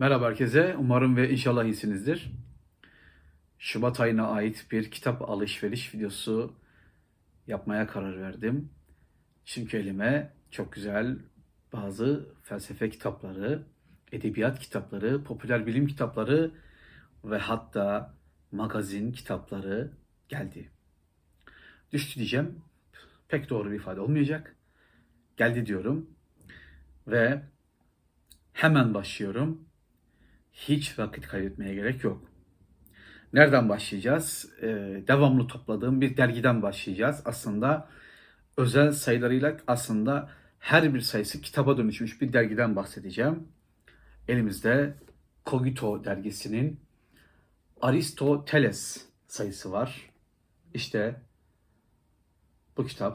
Merhaba herkese. Umarım ve inşallah iyisinizdir. Şubat ayına ait bir kitap alışveriş videosu yapmaya karar verdim. Çünkü elime çok güzel bazı felsefe kitapları, edebiyat kitapları, popüler bilim kitapları ve hatta magazin kitapları geldi. Düştü diyeceğim. Pek doğru bir ifade olmayacak. Geldi diyorum ve hemen başlıyorum. Hiç vakit kaybetmeye gerek yok. Nereden başlayacağız? Devamlı topladığım bir dergiden başlayacağız. Aslında özel sayılarıyla aslında her bir sayısı kitaba dönüşmüş bir dergiden bahsedeceğim. Elimizde Cogito dergisinin Aristoteles sayısı var. İşte bu kitap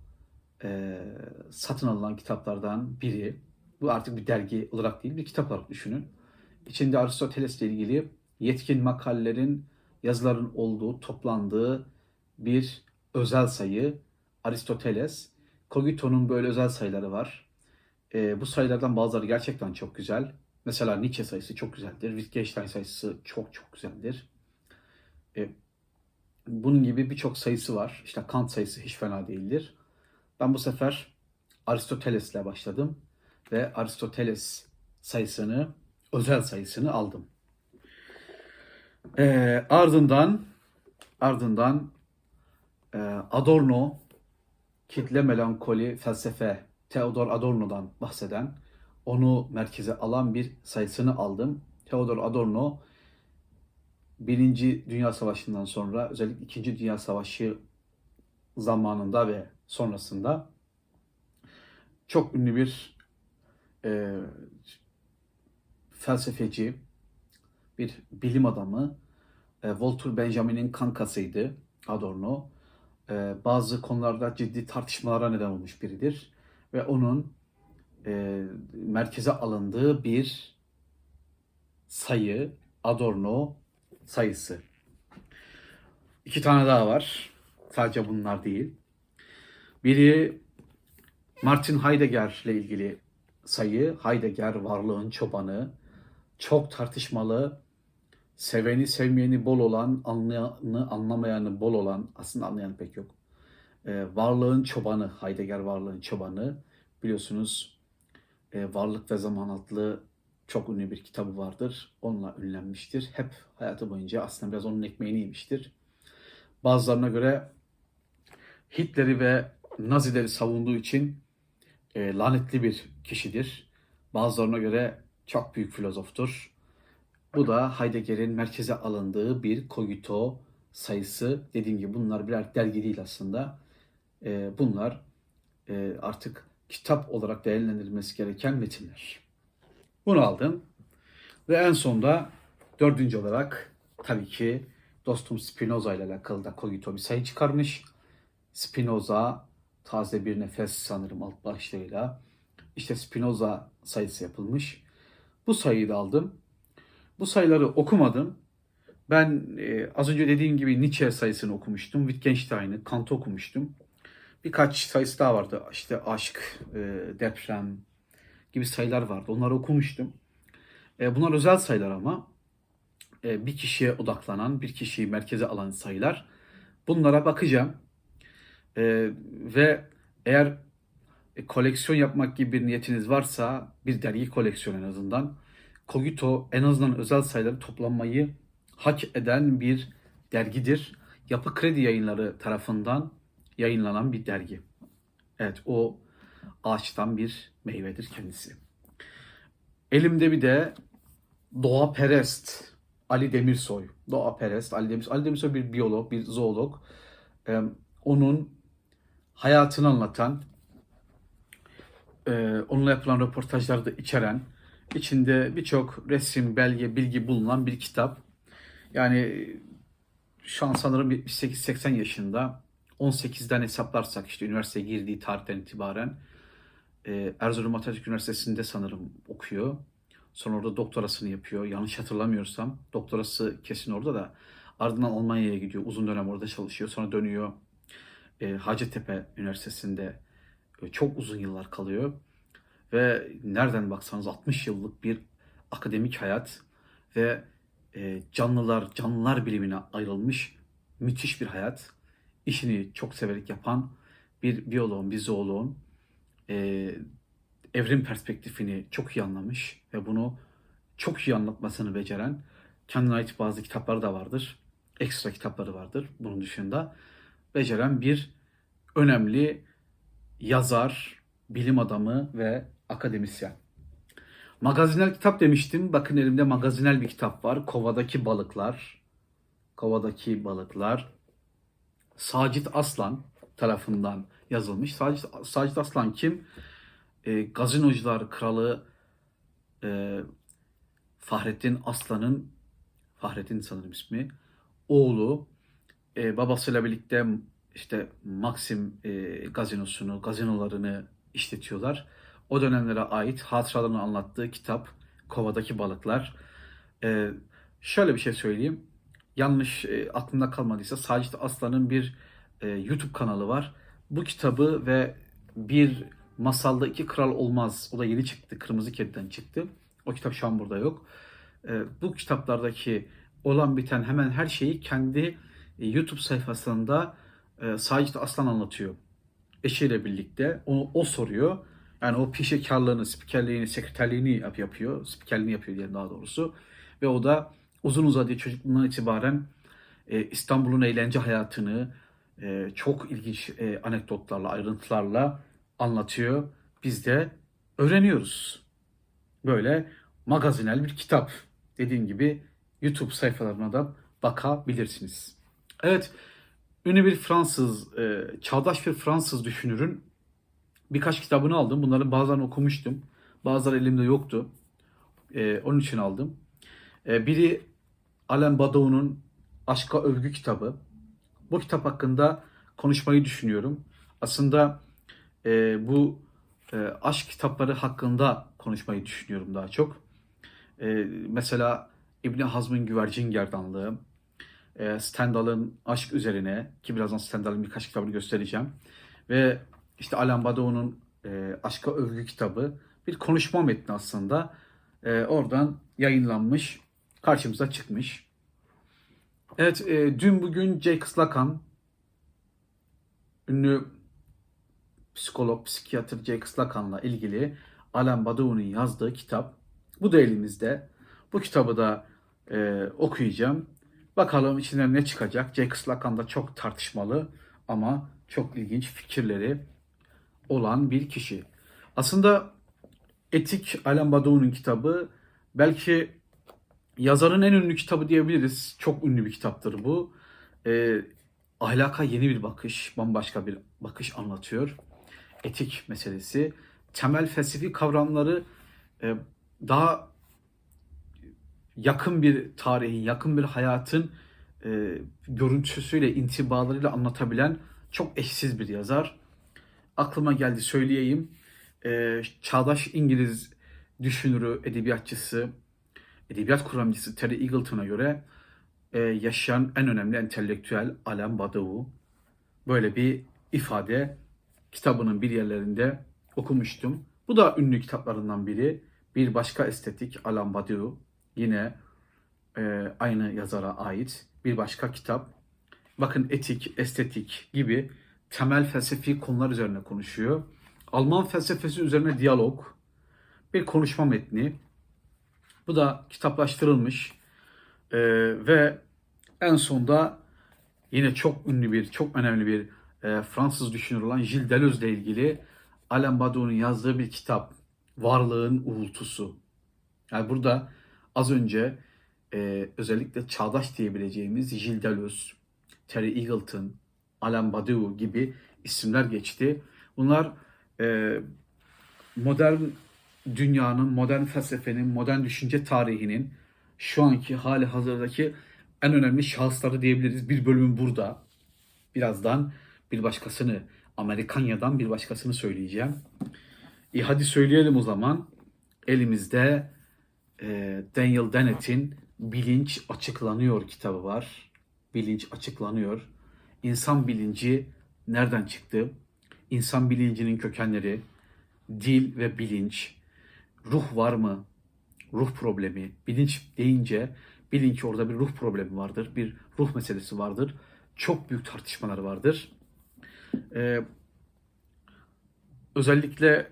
satın alınan kitaplardan biri. Bu artık bir dergi olarak değil, bir kitap olarak düşünün. İçinde Aristoteles ile ilgili yetkin makalelerin, yazıların olduğu, toplandığı bir özel sayı Aristoteles. Cogito'nun böyle özel sayıları var. Bu sayılardan bazıları gerçekten çok güzel. Mesela Nietzsche sayısı çok güzeldir. Wittgenstein sayısı çok çok güzeldir. E, Bunun gibi birçok sayısı var. İşte Kant sayısı hiç fena değildir. Ben bu sefer Aristoteles'le başladım ve Aristoteles sayısını, özel sayısını aldım. Ardından Adorno, kitle melankoli felsefe, Theodor Adorno'dan bahseden, onu merkeze alan bir sayısını aldım. Theodor Adorno, Birinci Dünya Savaşı'ndan sonra, özellikle İkinci Dünya Savaşı zamanında ve sonrasında çok ünlü bir e, felsefeci, bir bilim adamı. Walter Benjamin'in kankasıydı Adorno. Bazı konularda ciddi tartışmalara neden olmuş biridir. Ve onun merkeze alındığı bir sayı, Adorno sayısı. İki tane daha var. Sadece bunlar değil. Biri Martin Heidegger ile ilgili sayı. Heidegger varlığın çobanı. Çok tartışmalı, seveni sevmeyeni bol olan, anlayanı anlamayanı bol olan, aslında anlayan pek yok. Varlığın çobanı, Heidegger varlığın çobanı. Biliyorsunuz Varlık ve Zaman adlı çok ünlü bir kitabı vardır. Onunla ünlenmiştir. Hep hayatı boyunca aslında biraz onun ekmeğini yemiştir. Bazılarına göre Hitler'i ve Nazileri savunduğu için lanetli bir kişidir. Bazılarına göre çok büyük filozoftur. Bu da Heidegger'in merkeze alındığı bir Cogito sayısı. Dediğim gibi bunlar birer dergi değil aslında. Bunlar artık kitap olarak değerlendirilmesi gereken metinler. Bunu aldım. Ve en sonda dördüncü olarak tabii ki dostum Spinoza ile alakalı da Cogito bir sayı çıkarmış. Spinoza taze bir nefes sanırım alt başlığıyla. İşte Spinoza sayısı yapılmış. Bu sayıyı da aldım. Bu sayıları okumadım. Ben az önce dediğim gibi Nietzsche sayısını okumuştum. Wittgenstein'i, Kant'ı okumuştum. Birkaç sayısı daha vardı. İşte aşk, deprem gibi sayılar vardı. Onları okumuştum. Bunlar özel sayılar ama bir kişiye odaklanan, bir kişiyi merkeze alan sayılar. Bunlara bakacağım. Ve eğer koleksiyon yapmak gibi bir niyetiniz varsa bir dergi koleksiyon en azından. Cogito en azından özel sayıları toplanmayı hak eden bir dergidir. Yapı Kredi Yayınları tarafından yayınlanan bir dergi. Evet, o ağaçtan bir meyvedir kendisi. Elimde bir de doğaperest Ali Demirsoy. Doğaperest Ali Demirsoy. Ali Demirsoy bir biyolog, bir zoolog. Onun hayatını anlatan, onunla yapılan röportajları da içeren, içinde birçok resim, belge, bilgi bulunan bir kitap. Yani şu an sanırım 78-80 yaşında. 18'den hesaplarsak işte üniversiteye girdiği tarihten itibaren Erzurum Atatürk Üniversitesi'nde sanırım okuyor. Sonra orada doktorasını yapıyor. Yanlış hatırlamıyorsam. Doktorası kesin orada da. Ardından Almanya'ya gidiyor. Uzun dönem orada çalışıyor. Sonra dönüyor. Hacettepe Üniversitesi'nde çok uzun yıllar kalıyor. Ve nereden baksanız 60 yıllık bir akademik hayat ve canlılar bilimine ayrılmış müthiş bir hayat. İşini çok severek yapan bir biyoloğun, bir zooloğun e, evrim perspektifini çok iyi anlamış ve bunu çok iyi anlatmasını beceren, kendine ait bazı kitapları da vardır. Ekstra kitapları vardır bunun dışında. Beceren bir önemli yazar, bilim adamı ve akademisyen. Magazinel kitap demiştim. Bakın elimde magazinel bir kitap var. Kovadaki Balıklar. Kovadaki Balıklar. Sacit Aslan tarafından yazılmış. Sacit Aslan kim? Gazinocular Kralı e, Fahrettin sanırım ismi, oğlu, babasıyla birlikte işte Maxim gazinolarını işletiyorlar. O dönemlere ait hatıralarını anlattığı kitap Kovadaki Balıklar. E, Şöyle bir şey söyleyeyim. Yanlış aklımda kalmadıysa Sacit Aslan'ın bir YouTube kanalı var. Bu kitabı ve bir Masalda İki Kral Olmaz, o da yeni çıktı. Kırmızı Kedi'den çıktı. O kitap şu an burada yok. Bu kitaplardaki olan biten hemen her şeyi kendi YouTube sayfasında Sacit Aslan anlatıyor. Eşiyle birlikte o soruyor. Yani o pişekarlığını, spikerliğini, sekreterliğini yapıyor. Spikerliğini yapıyor diyelim daha doğrusu. Ve o da uzun uzadığı çocukluğundan itibaren İstanbul'un eğlence hayatını çok ilginç anekdotlarla, ayrıntılarla anlatıyor. Biz de öğreniyoruz. Böyle magazinel bir kitap. Dediğim gibi YouTube sayfalarına da bakabilirsiniz. Evet, ünlü bir Fransız, çağdaş bir Fransız düşünürün birkaç kitabını aldım. Bunların bazılarını okumuştum. Bazıları elimde yoktu. Onun için aldım. Biri Alain Badiou'nun Aşka Övgü kitabı. Bu kitap hakkında konuşmayı düşünüyorum. Aslında bu aşk kitapları hakkında konuşmayı düşünüyorum daha çok. Mesela İbni Hazm'ın Güvercin Gerdanlığı, Stendhal'ın Aşk Üzerine, ki birazdan Stendhal'ın birkaç kitabını göstereceğim. Ve işte Alain Badiou'nun Aşka Övgü kitabı bir konuşma metni aslında. Oradan yayınlanmış, karşımıza çıkmış. Evet, dün bugün Jacques Lacan, ünlü psikolog, psikiyatr Jacques Lacan'la ilgili Alain Badiou'nun yazdığı kitap. Bu da elimizde. Bu kitabı da okuyacağım. Bakalım içinden ne çıkacak. Jacques Lacan da çok tartışmalı ama çok ilginç fikirleri olan bir kişi. Aslında Etik, Alain Badiou'nun kitabı, belki yazarın en ünlü kitabı diyebiliriz. Çok ünlü bir kitaptır bu. E, Ahlaka yeni bir bakış, bambaşka bir bakış anlatıyor. Etik meselesi, temel felsefi kavramları e, daha yakın bir tarihin, yakın bir hayatın görüntüsüyle, intibalarıyla anlatabilen çok eşsiz bir yazar. Aklıma geldi söyleyeyim. Çağdaş İngiliz düşünürü, edebiyatçısı, edebiyat kuramcısı Terry Eagleton'a göre yaşayan en önemli entelektüel Alain Badiou. Böyle bir ifade kitabının bir yerlerinde okumuştum. Bu da ünlü kitaplarından biri. Bir başka estetik, Alain Badiou. Yine aynı yazara ait bir başka kitap. Bakın, etik, estetik gibi temel felsefi konular üzerine konuşuyor. Alman felsefesi üzerine diyalog, bir konuşma metni. Bu da kitaplaştırılmış. Ve en sonda yine çok ünlü bir, çok önemli bir Fransız düşünür olan Gilles Deleuze ile ilgili Alain Badiou'nun yazdığı bir kitap. Varlığın Uğultusu. Yani burada az önce özellikle çağdaş diyebileceğimiz Gilles Deleuze, Terry Eagleton, Alain Badiou gibi isimler geçti. Bunlar e, modern dünyanın, modern felsefenin, modern düşünce tarihinin şu anki hali hazırdaki en önemli şahısları diyebiliriz. Bir bölümü burada. Birazdan bir başkasını, Amerikanya'dan bir başkasını söyleyeceğim. Hadi söyleyelim o zaman. Elimizde Daniel Dennett'in Bilinç Açıklanıyor kitabı var. Bilinç Açıklanıyor. İnsan bilinci nereden çıktı? İnsan bilincinin kökenleri, dil ve bilinç, ruh var mı? ruh problemi, bilinç deyince bilin ki orada bir ruh problemi vardır, bir ruh meselesi vardır. Çok büyük tartışmalar vardır. Ee, Özellikle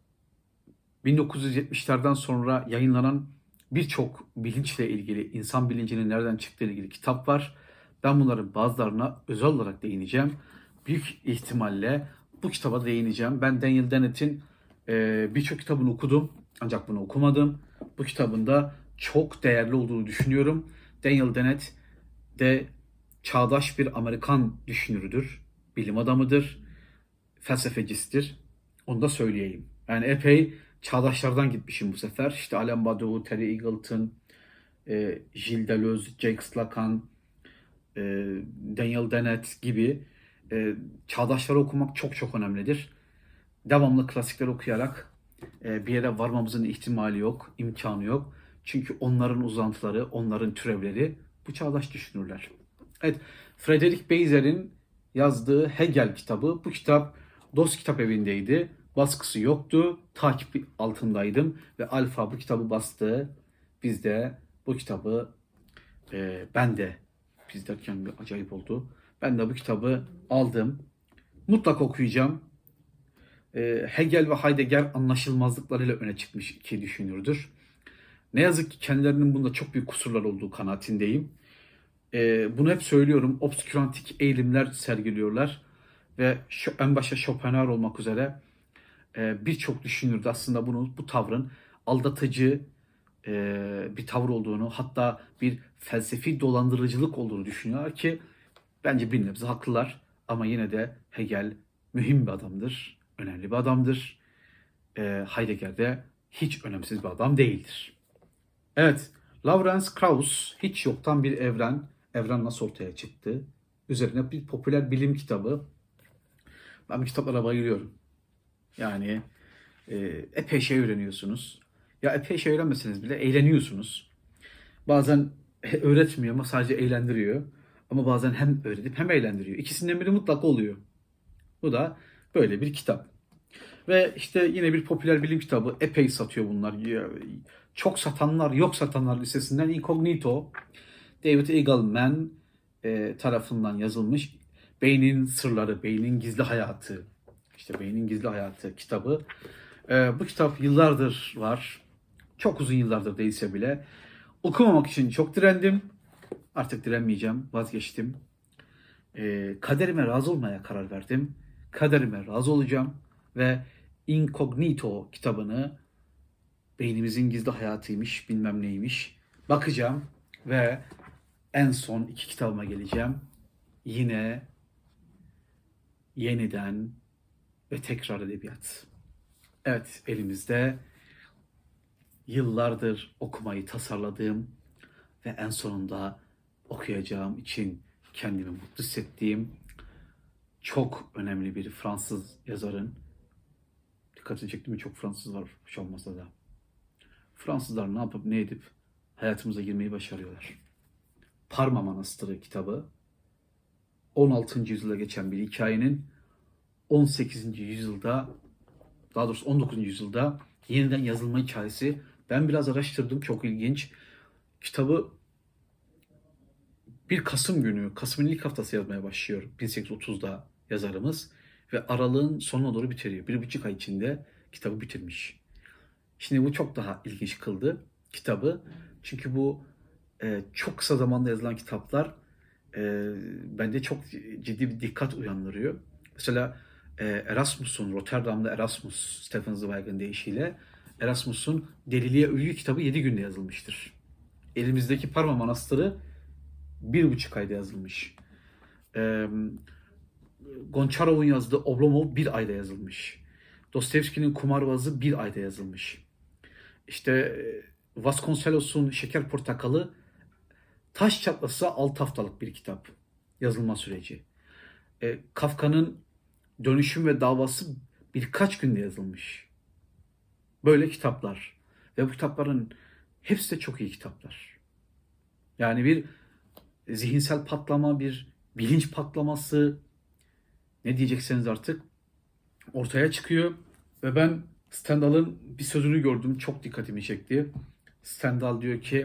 1970'lerden sonra yayınlanan birçok bilinçle ilgili, insan bilincinin nereden çıktığı ile ilgili kitap var. Ben bunların bazılarına özel olarak değineceğim. Büyük ihtimalle bu kitaba değineceğim. Ben Daniel Dennett'in birçok kitabını okudum ancak bunu okumadım. Bu kitabın da çok değerli olduğunu düşünüyorum. Daniel Dennett de çağdaş bir Amerikan düşünürüdür, bilim adamıdır, felsefecisidir. Onu da söyleyeyim. Yani epey çağdaşlardan gitmişim bu sefer. İşte Alain Badiou, Terry Eagleton, Gilles Deleuze, Jacques Lacan, e, Daniel Dennett gibi çağdaşları okumak çok çok önemlidir. Devamlı klasikler okuyarak bir yere varmamızın ihtimali yok, imkanı yok. Çünkü onların uzantıları, onların türevleri bu çağdaş düşünürler. Evet, Frederick Beiser'in yazdığı Hegel kitabı. Bu kitap DOS Kitap Evi'ndeydi. Baskısı yoktu. Takip altındaydım ve Alfa bu kitabı bastı. Biz de bu kitabı ben de biz derken bir acayip oldu. Ben de bu kitabı aldım. Mutlaka okuyacağım. Hegel ve Heidegger anlaşılmazlıklarıyla öne çıkmış iki düşünürdür. Ne yazık ki kendilerinin bunda çok büyük kusurlar olduğu kanaatindeyim. Bunu hep söylüyorum. Obskürantik eğilimler sergiliyorlar. Ve en başta Schopenhauer olmak üzere birçok düşünür de aslında bu tavrın aldatıcı bir tavır olduğunu, hatta bir felsefi dolandırıcılık olduğunu düşünüyorlar ki bence bir nebze haklılar. Ama yine de Hegel mühim bir adamdır, önemli bir adamdır. Heidegger de hiç önemsiz bir adam değildir. Evet, Lawrence Krauss hiç yoktan bir evren nasıl ortaya çıktı? Üzerine bir popüler bilim kitabı. Ben bu kitaplara bayılıyorum. Yani epey şey öğreniyorsunuz. Ya epey şey öğrenmeseniz bile eğleniyorsunuz. Bazen öğretmiyor ama sadece eğlendiriyor. Ama bazen hem öğretip hem eğlendiriyor. İkisinden biri mutlaka oluyor. Bu da böyle bir kitap. Ve işte yine bir popüler bilim kitabı. Epey satıyor bunlar. Çok satanlar, yok satanlar listesinden Incognito. David Eagleman tarafından yazılmış. Beynin Sırları, Beynin Gizli Hayatı. İşte Beynin Gizli Hayatı kitabı. Bu kitap yıllardır var. Çok uzun yıllardır değilse bile. Okumamak için çok direndim. Artık direnmeyeceğim. Vazgeçtim. Kaderime razı olmaya karar verdim. Kaderime razı olacağım. Ve Incognito kitabını beynimizin gizli hayatıymış, bilmem neymiş. Bakacağım ve en son iki kitabıma geleceğim. Yine yeniden ve tekrar edebiyat. Evet, elimizde yıllardır okumayı tasarladığım ve en sonunda okuyacağım için kendimi mutlu hissettiğim çok önemli bir Fransız yazarın, dikkatini çekti mi, çok Fransız var hiç olmasa da. Fransızlar ne yapıp ne edip hayatımıza girmeyi başarıyorlar. Parma Manastırı kitabı 16. yüzyılda geçen bir hikayenin 18. yüzyılda, daha doğrusu 19. yüzyılda yeniden yazılma hikayesi. Ben biraz araştırdım, çok ilginç. Kitabı 1 Kasım günü, Kasım'ın ilk haftası yazmaya başlıyor 1830'da yazarımız ve aralığın sonuna doğru bitiriyor. 1,5 ay içinde kitabı bitirmiş. Şimdi bu çok daha ilginç kıldı kitabı. Çünkü bu çok kısa zamanda yazılan kitaplar bende çok ciddi bir dikkat uyandırıyor. Mesela Erasmus'un, Rotterdam'da Erasmus, Stefan Zweig'in deyişiyle Erasmus'un Deliliğe Övgü kitabı 7 günde yazılmıştır. Elimizdeki Parma Manastırı 1,5 ayda yazılmış. Gonçarov'un yazdığı Oblomov 1 ayda yazılmış. Dostoyevski'nin Kumarbazı 1 ayda yazılmış. İşte Vasconcelos'un Şeker Portakalı taş çatlasa 6 haftalık bir kitap yazılma süreci. Kafka'nın Dönüşüm ve Davası birkaç günde yazılmış. Böyle kitaplar. Ve bu kitapların hepsi de çok iyi kitaplar. Yani bir zihinsel patlama, bir bilinç patlaması, ne diyecekseniz artık ortaya çıkıyor. Ve ben Stendhal'ın bir sözünü gördüm. Çok dikkatimi çekti. Stendhal diyor ki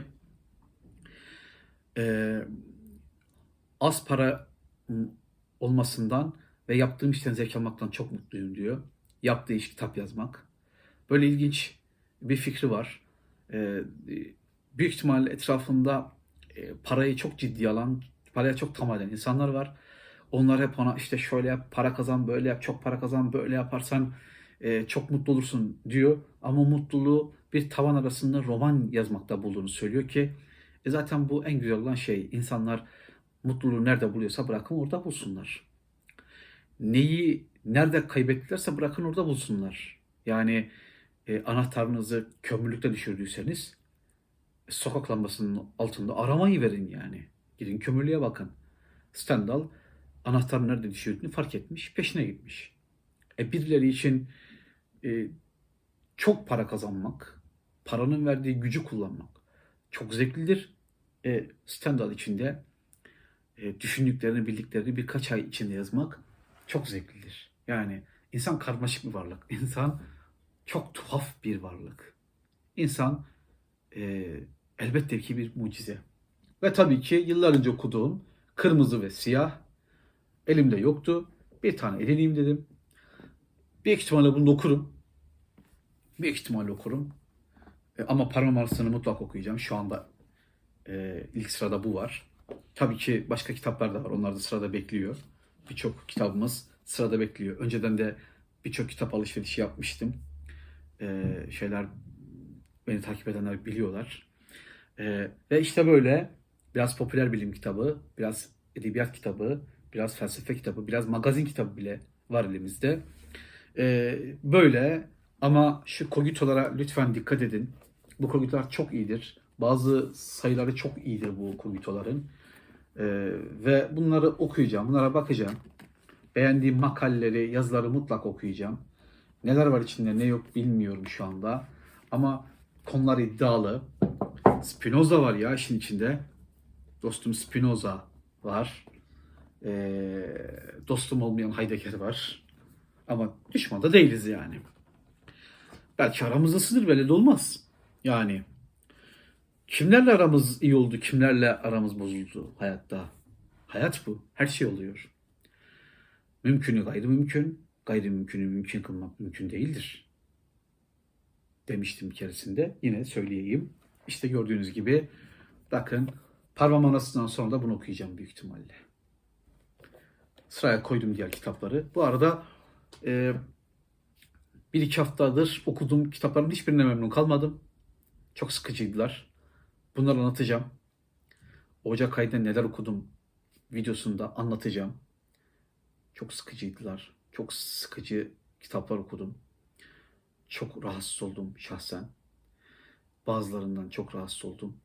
e, az para olmasından ve yaptığım işten zevk almaktan çok mutluyum diyor. Yaptığı iş kitap yazmak. Böyle ilginç bir fikri var. E, Büyük ihtimalle etrafında parayı çok ciddiye alan, paraya çok tamah eden insanlar var. Onlar hep ona işte şöyle yap, para kazan, böyle yap, çok para kazan, böyle yaparsan çok mutlu olursun diyor. Ama mutluluğu bir tavan arasında roman yazmakta bulduğunu söylüyor ki zaten bu en güzel olan şey. İnsanlar mutluluğu nerede buluyorsa bırakın orada bulsunlar. Neyi nerede kaybettilerse bırakın orada bulsunlar. Yani anahtarınızı kömürlükte düşürdüyseniz sokak lambasının altında aramayı verin yani. Gidin kömürlüğe bakın. Stendhal anahtarın nerede düşürdüğünü fark etmiş, peşine gitmiş. Birileri için e, çok para kazanmak, paranın verdiği gücü kullanmak çok zevklidir. Stendhal için de düşündüklerini, bildiklerini birkaç ay içinde yazmak çok zevklidir. Yani insan karmaşık bir varlık. İnsan çok tuhaf bir varlık. İnsan e, elbette ki bir mucize. Ve tabii ki yıllar önce okuduğum Kırmızı ve Siyah elimde yoktu. Bir tane edineyim dedim. Büyük ihtimalle bunu okurum. Büyük ihtimalle okurum. Ama Parmamarası'nı mutlak okuyacağım. Şu anda ilk sırada bu var. Tabii ki başka kitaplar da var. Onlar da sırada bekliyor. Birçok kitabımız sırada bekliyor. Önceden de birçok kitap alışverişi yapmıştım. Şeyler beni takip edenler biliyorlar. Ve işte böyle biraz popüler bilim kitabı, biraz edebiyat kitabı, biraz felsefe kitabı, biraz magazin kitabı bile var elimizde. Böyle ama şu kogitolara lütfen dikkat edin. Bu kogitolar çok iyidir. Bazı sayıları çok iyidir bu kogitoların. Ve bunları okuyacağım, bunlara bakacağım. Beğendiğim makaleleri, yazıları mutlak okuyacağım. Neler var içinde, ne yok bilmiyorum şu anda. Ama konular iddialı. Spinoza var ya işin içinde. Dostum Spinoza var. Dostum olmayan Heidegger var. Ama düşman da değiliz yani. Belki aramızda sınır belli de olmaz. Yani kimlerle aramız iyi oldu, kimlerle aramız bozuldu hayatta. Hayat bu. Her şey oluyor. Mümkünü gayrimümkün, gayrimümkünü mümkün kılmak mümkün değildir. Demiştim bir keresinde. Yine söyleyeyim. İşte gördüğünüz gibi bakın Parmahanası'ndan sonra da bunu okuyacağım büyük ihtimalle. Sıraya koydum diğer kitapları. Bu arada bir iki haftadır okuduğum kitapların hiçbirine memnun kalmadım. Çok sıkıcıydılar. Bunları anlatacağım. Ocak ayında neler okudum videosunda anlatacağım. Çok sıkıcıydılar. Çok sıkıcı kitaplar okudum. Çok rahatsız oldum şahsen. Bazılarından çok rahatsız oldum.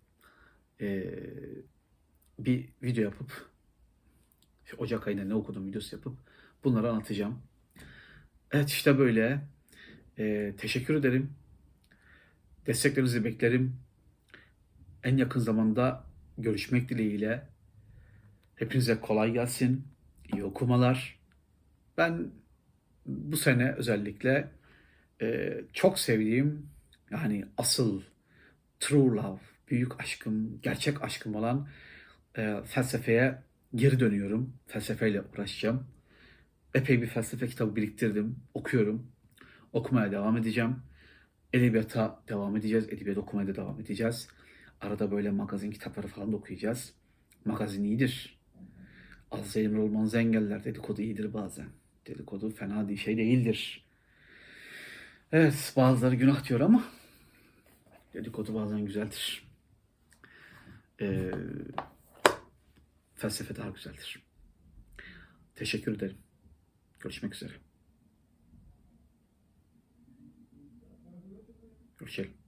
Bir video yapıp Ocak ayında ne okudum videosu yapıp bunları anlatacağım. Evet işte böyle. Teşekkür ederim. Desteklerinizi beklerim. En yakın zamanda görüşmek dileğiyle. Hepinize kolay gelsin. İyi okumalar. Ben bu sene özellikle çok sevdiğim yani asıl true love, büyük aşkım, gerçek aşkım olan felsefeye geri dönüyorum. Felsefeyle uğraşacağım. Epey bir felsefe kitabı biriktirdim. Okuyorum. Okumaya devam edeceğim. Edebiyata devam edeceğiz. Edebiyat okumaya da devam edeceğiz. Arada böyle magazin kitapları falan da okuyacağız. Magazin iyidir. Alzheimer olmanızı engeller. Dedikodu iyidir bazen. Dedikodu fena bir şey değildir. Evet, bazıları günah diyor ama dedikodu bazen güzeldir. Ee, Felsefe daha güzeldir. Teşekkür ederim. Görüşmek üzere. Görüşelim.